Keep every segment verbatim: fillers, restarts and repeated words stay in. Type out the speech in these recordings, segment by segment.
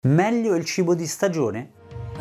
Meglio il cibo di stagione?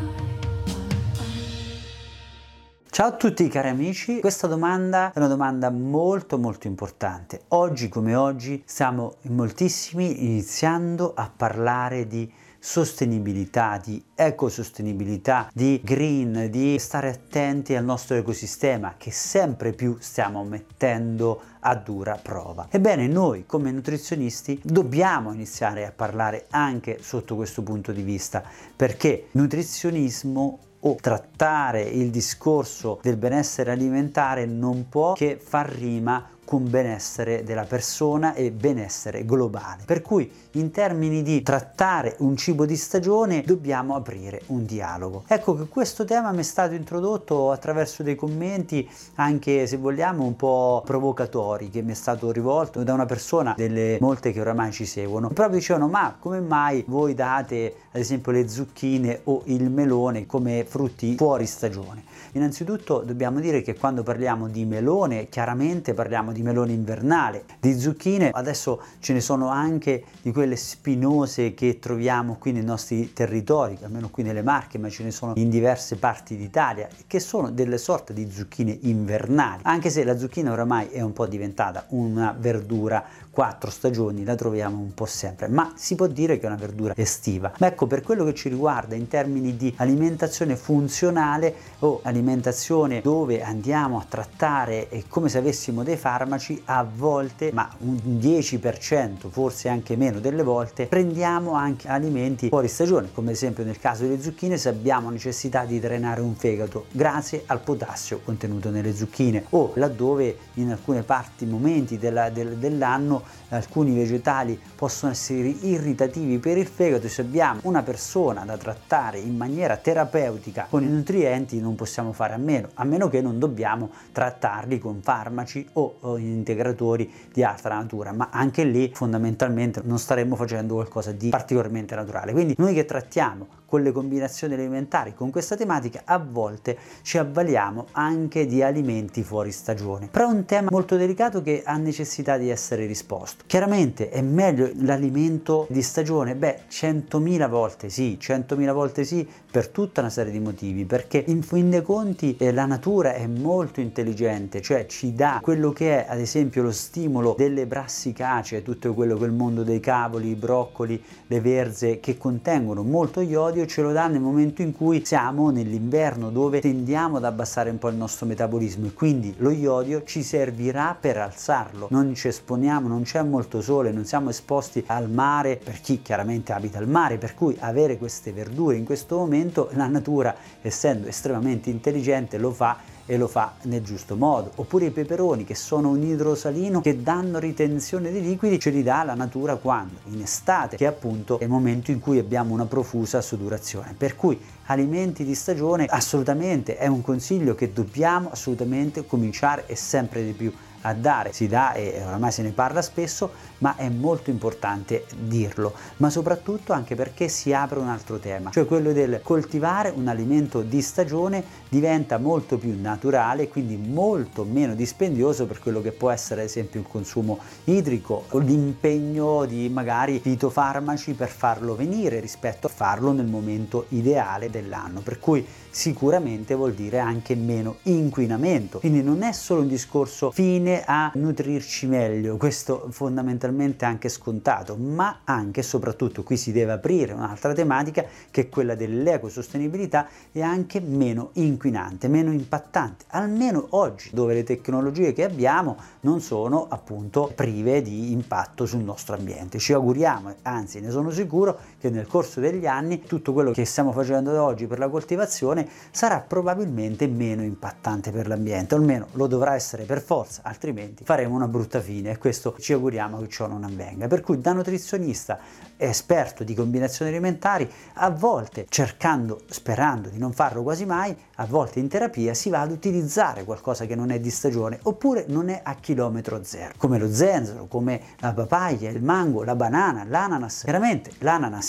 Ciao a tutti cari amici, questa domanda è una domanda molto molto importante. Oggi come oggi stiamo in moltissimi iniziando a parlare di sostenibilità, di ecosostenibilità, di green, di stare attenti al nostro ecosistema che sempre più stiamo mettendo a dura prova. Ebbene, noi come nutrizionisti dobbiamo iniziare a parlare anche sotto questo punto di vista, perché nutrizionismo o trattare il discorso del benessere alimentare non può che far rima con benessere della persona e benessere globale. Per cui in termini di trattare un cibo di stagione dobbiamo aprire un dialogo. Ecco che questo tema mi è stato introdotto attraverso dei commenti, anche se vogliamo un po' provocatori, che mi è stato rivolto da una persona delle molte che oramai ci seguono. Proprio dicevano: ma come mai voi date ad esempio le zucchine o il melone come frutti fuori stagione? Innanzitutto dobbiamo dire che quando parliamo di melone chiaramente parliamo di melone invernale. Di zucchine adesso ce ne sono anche di quelle spinose che troviamo qui nei nostri territori, almeno qui nelle Marche, ma ce ne sono in diverse parti d'Italia, che sono delle sorte di zucchine invernali, anche se la zucchina oramai è un po' diventata una verdura quattro stagioni, la troviamo un po' sempre, ma si può dire che è una verdura estiva. Ma ecco, per quello che ci riguarda in termini di alimentazione funzionale o alimentazione dove andiamo a trattare è come se avessimo dei farmaci, a volte, ma un dieci per cento, forse anche meno delle volte, prendiamo anche alimenti fuori stagione, come ad esempio nel caso delle zucchine, se abbiamo necessità di drenare un fegato grazie al potassio contenuto nelle zucchine, o laddove in alcune parti, momenti della, del, dell'anno alcuni vegetali possono essere irritativi per il fegato, e se abbiamo una persona da trattare in maniera terapeutica con i nutrienti non possiamo fare a meno, a meno che non dobbiamo trattarli con farmaci o, o integratori di altra natura, ma anche lì fondamentalmente non staremmo facendo qualcosa di particolarmente naturale. Quindi noi che trattiamo con le combinazioni alimentari con questa tematica a volte ci avvaliamo anche di alimenti fuori stagione, però è un tema molto delicato che ha necessità di essere risposto. Chiaramente è meglio l'alimento di stagione? Beh, centomila volte sì, centomila volte sì, per tutta una serie di motivi, perché in fin dei conti eh, la natura è molto intelligente, cioè ci dà quello che è ad esempio lo stimolo delle brassicacee, tutto quello che è il mondo dei cavoli, i broccoli, le verze che contengono molto iodio, ce lo dà nel momento in cui siamo nell'inverno, dove tendiamo ad abbassare un po' il nostro metabolismo, e quindi lo iodio ci servirà per alzarlo. Non ci esponiamo, non c'è molto sole, non siamo esposti al mare, per chi chiaramente abita al mare, per cui avere queste verdure in questo momento la natura, essendo estremamente intelligente, lo fa e lo fa nel giusto modo. Oppure i peperoni, che sono un idrosalino che danno ritenzione di liquidi, ce li dà la natura quando? In estate, che è appunto il momento in cui abbiamo una profusa sudorazione. Per cui alimenti di stagione assolutamente è un consiglio che dobbiamo assolutamente cominciare e sempre di più a dare. Si dà e oramai se ne parla spesso, ma è molto importante dirlo, ma soprattutto anche perché si apre un altro tema, cioè quello del coltivare un alimento di stagione diventa molto più naturale, quindi molto meno dispendioso per quello che può essere ad esempio il consumo idrico o l'impegno di magari fitofarmaci per farlo venire rispetto a farlo nel momento ideale dell'anno, per cui sicuramente vuol dire anche meno inquinamento. Quindi non è solo un discorso fine a nutrirci meglio, questo fondamentalmente è anche scontato, ma anche e soprattutto qui si deve aprire un'altra tematica, che è quella dell'ecosostenibilità, e anche meno inquinante, meno impattante, almeno oggi, dove le tecnologie che abbiamo non sono appunto prive di impatto sul nostro ambiente. Ci auguriamo, anzi ne sono sicuro, che nel corso degli anni tutto quello che stiamo facendo da oggi per la coltivazione sarà probabilmente meno impattante per l'ambiente, o almeno lo dovrà essere per forza, altrimenti faremo una brutta fine, e questo ci auguriamo che ciò non avvenga. Per cui da nutrizionista esperto di combinazioni alimentari, a volte cercando, sperando di non farlo quasi mai, a volte in terapia si va ad utilizzare qualcosa che non è di stagione oppure non è a chilometro zero, come lo zenzero, come la papaya, il mango, la banana, l'ananas. Veramente l'ananas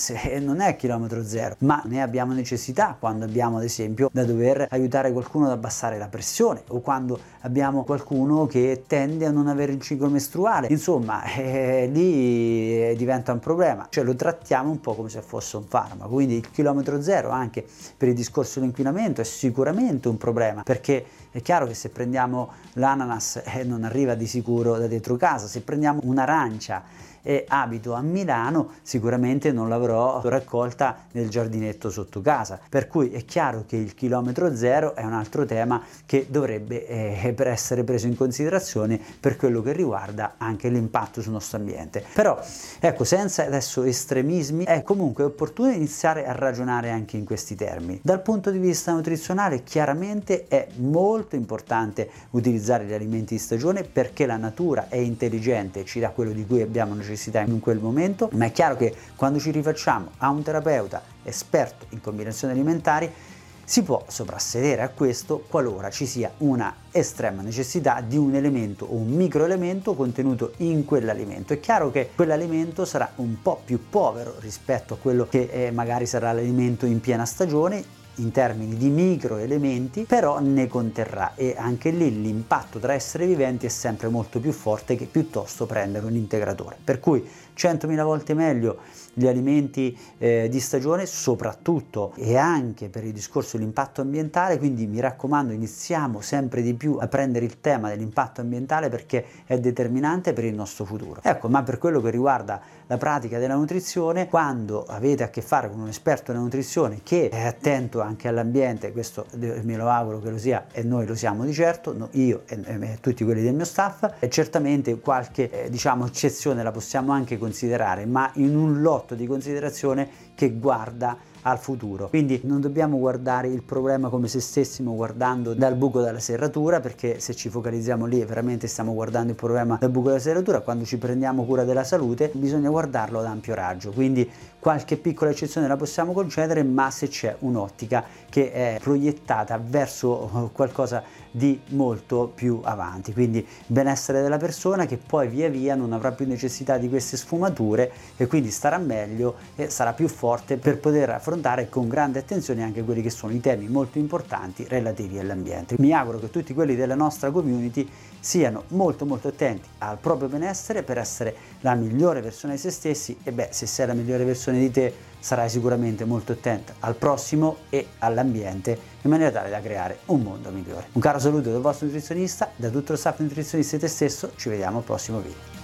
l'ananas eh, non è chilometro zero, ma ne abbiamo necessità quando abbiamo ad esempio da dover aiutare qualcuno ad abbassare la pressione, o quando abbiamo qualcuno che tende a non avere il ciclo mestruale. Insomma, eh, lì eh, diventa un problema, cioè lo trattiamo un po' come se fosse un farmaco. Quindi il chilometro zero anche per il discorso dell'inquinamento è sicuramente un problema, perché è chiaro che se prendiamo l'ananas eh, non arriva di sicuro da dentro casa. Se prendiamo un'arancia e abito a Milano, sicuramente non l'avrò raccolta nel giardinetto sotto casa, per cui è chiaro che il chilometro zero è un altro tema che dovrebbe eh, per essere preso in considerazione per quello che riguarda anche l'impatto sul nostro ambiente. Però ecco, senza adesso estremismi, è comunque opportuno iniziare a ragionare anche in questi termini. Dal punto di vista nutrizionale chiaramente è molto importante utilizzare gli alimenti di stagione, perché la natura è intelligente e ci dà quello di cui abbiamo necessità in quel momento, ma è chiaro che quando ci rifacciamo a un terapeuta esperto in combinazioni alimentari si può soprassedere a questo qualora ci sia una estrema necessità di un elemento o un microelemento contenuto in quell'alimento. È chiaro che quell'alimento sarà un po' più povero rispetto a quello che eh, magari sarà l'alimento in piena stagione in termini di microelementi, però ne conterrà, e anche lì l'impatto tra esseri viventi è sempre molto più forte che piuttosto prendere un integratore. Per cui centomila volte meglio gli alimenti eh, di stagione, soprattutto e anche per il discorso dell'impatto ambientale. Quindi mi raccomando, iniziamo sempre di più a prendere il tema dell'impatto ambientale, perché è determinante per il nostro futuro. Ecco, ma per quello che riguarda la pratica della nutrizione, quando avete a che fare con un esperto della nutrizione che è attento anche all'ambiente, questo me lo auguro che lo sia, e noi lo siamo di certo, no, io e, e tutti quelli del mio staff, e certamente qualche eh, diciamo eccezione la possiamo anche considerare, ma in un lotto di considerazione che guarda al futuro. Quindi non dobbiamo guardare il problema come se stessimo guardando dal buco della serratura, perché se ci focalizziamo lì veramente stiamo guardando il problema dal buco della serratura. Quando ci prendiamo cura della salute bisogna guardarlo ad ampio raggio, quindi qualche piccola eccezione la possiamo concedere, ma se c'è un'ottica che è proiettata verso qualcosa di molto più avanti, quindi benessere della persona, che poi via via non avrà più necessità di queste sfumature e quindi starà meglio e sarà più forte per poter affrontare con grande attenzione anche quelli che sono i temi molto importanti relativi all'ambiente. Mi auguro che tutti quelli della nostra community siano molto molto attenti al proprio benessere per essere la migliore versione di se stessi, e beh, se sei la migliore versione di te sarai sicuramente molto attenta al prossimo e all'ambiente, in maniera tale da creare un mondo migliore. Un caro saluto dal vostro nutrizionista, da tutto lo staff nutrizionista e te stesso, ci vediamo al prossimo video.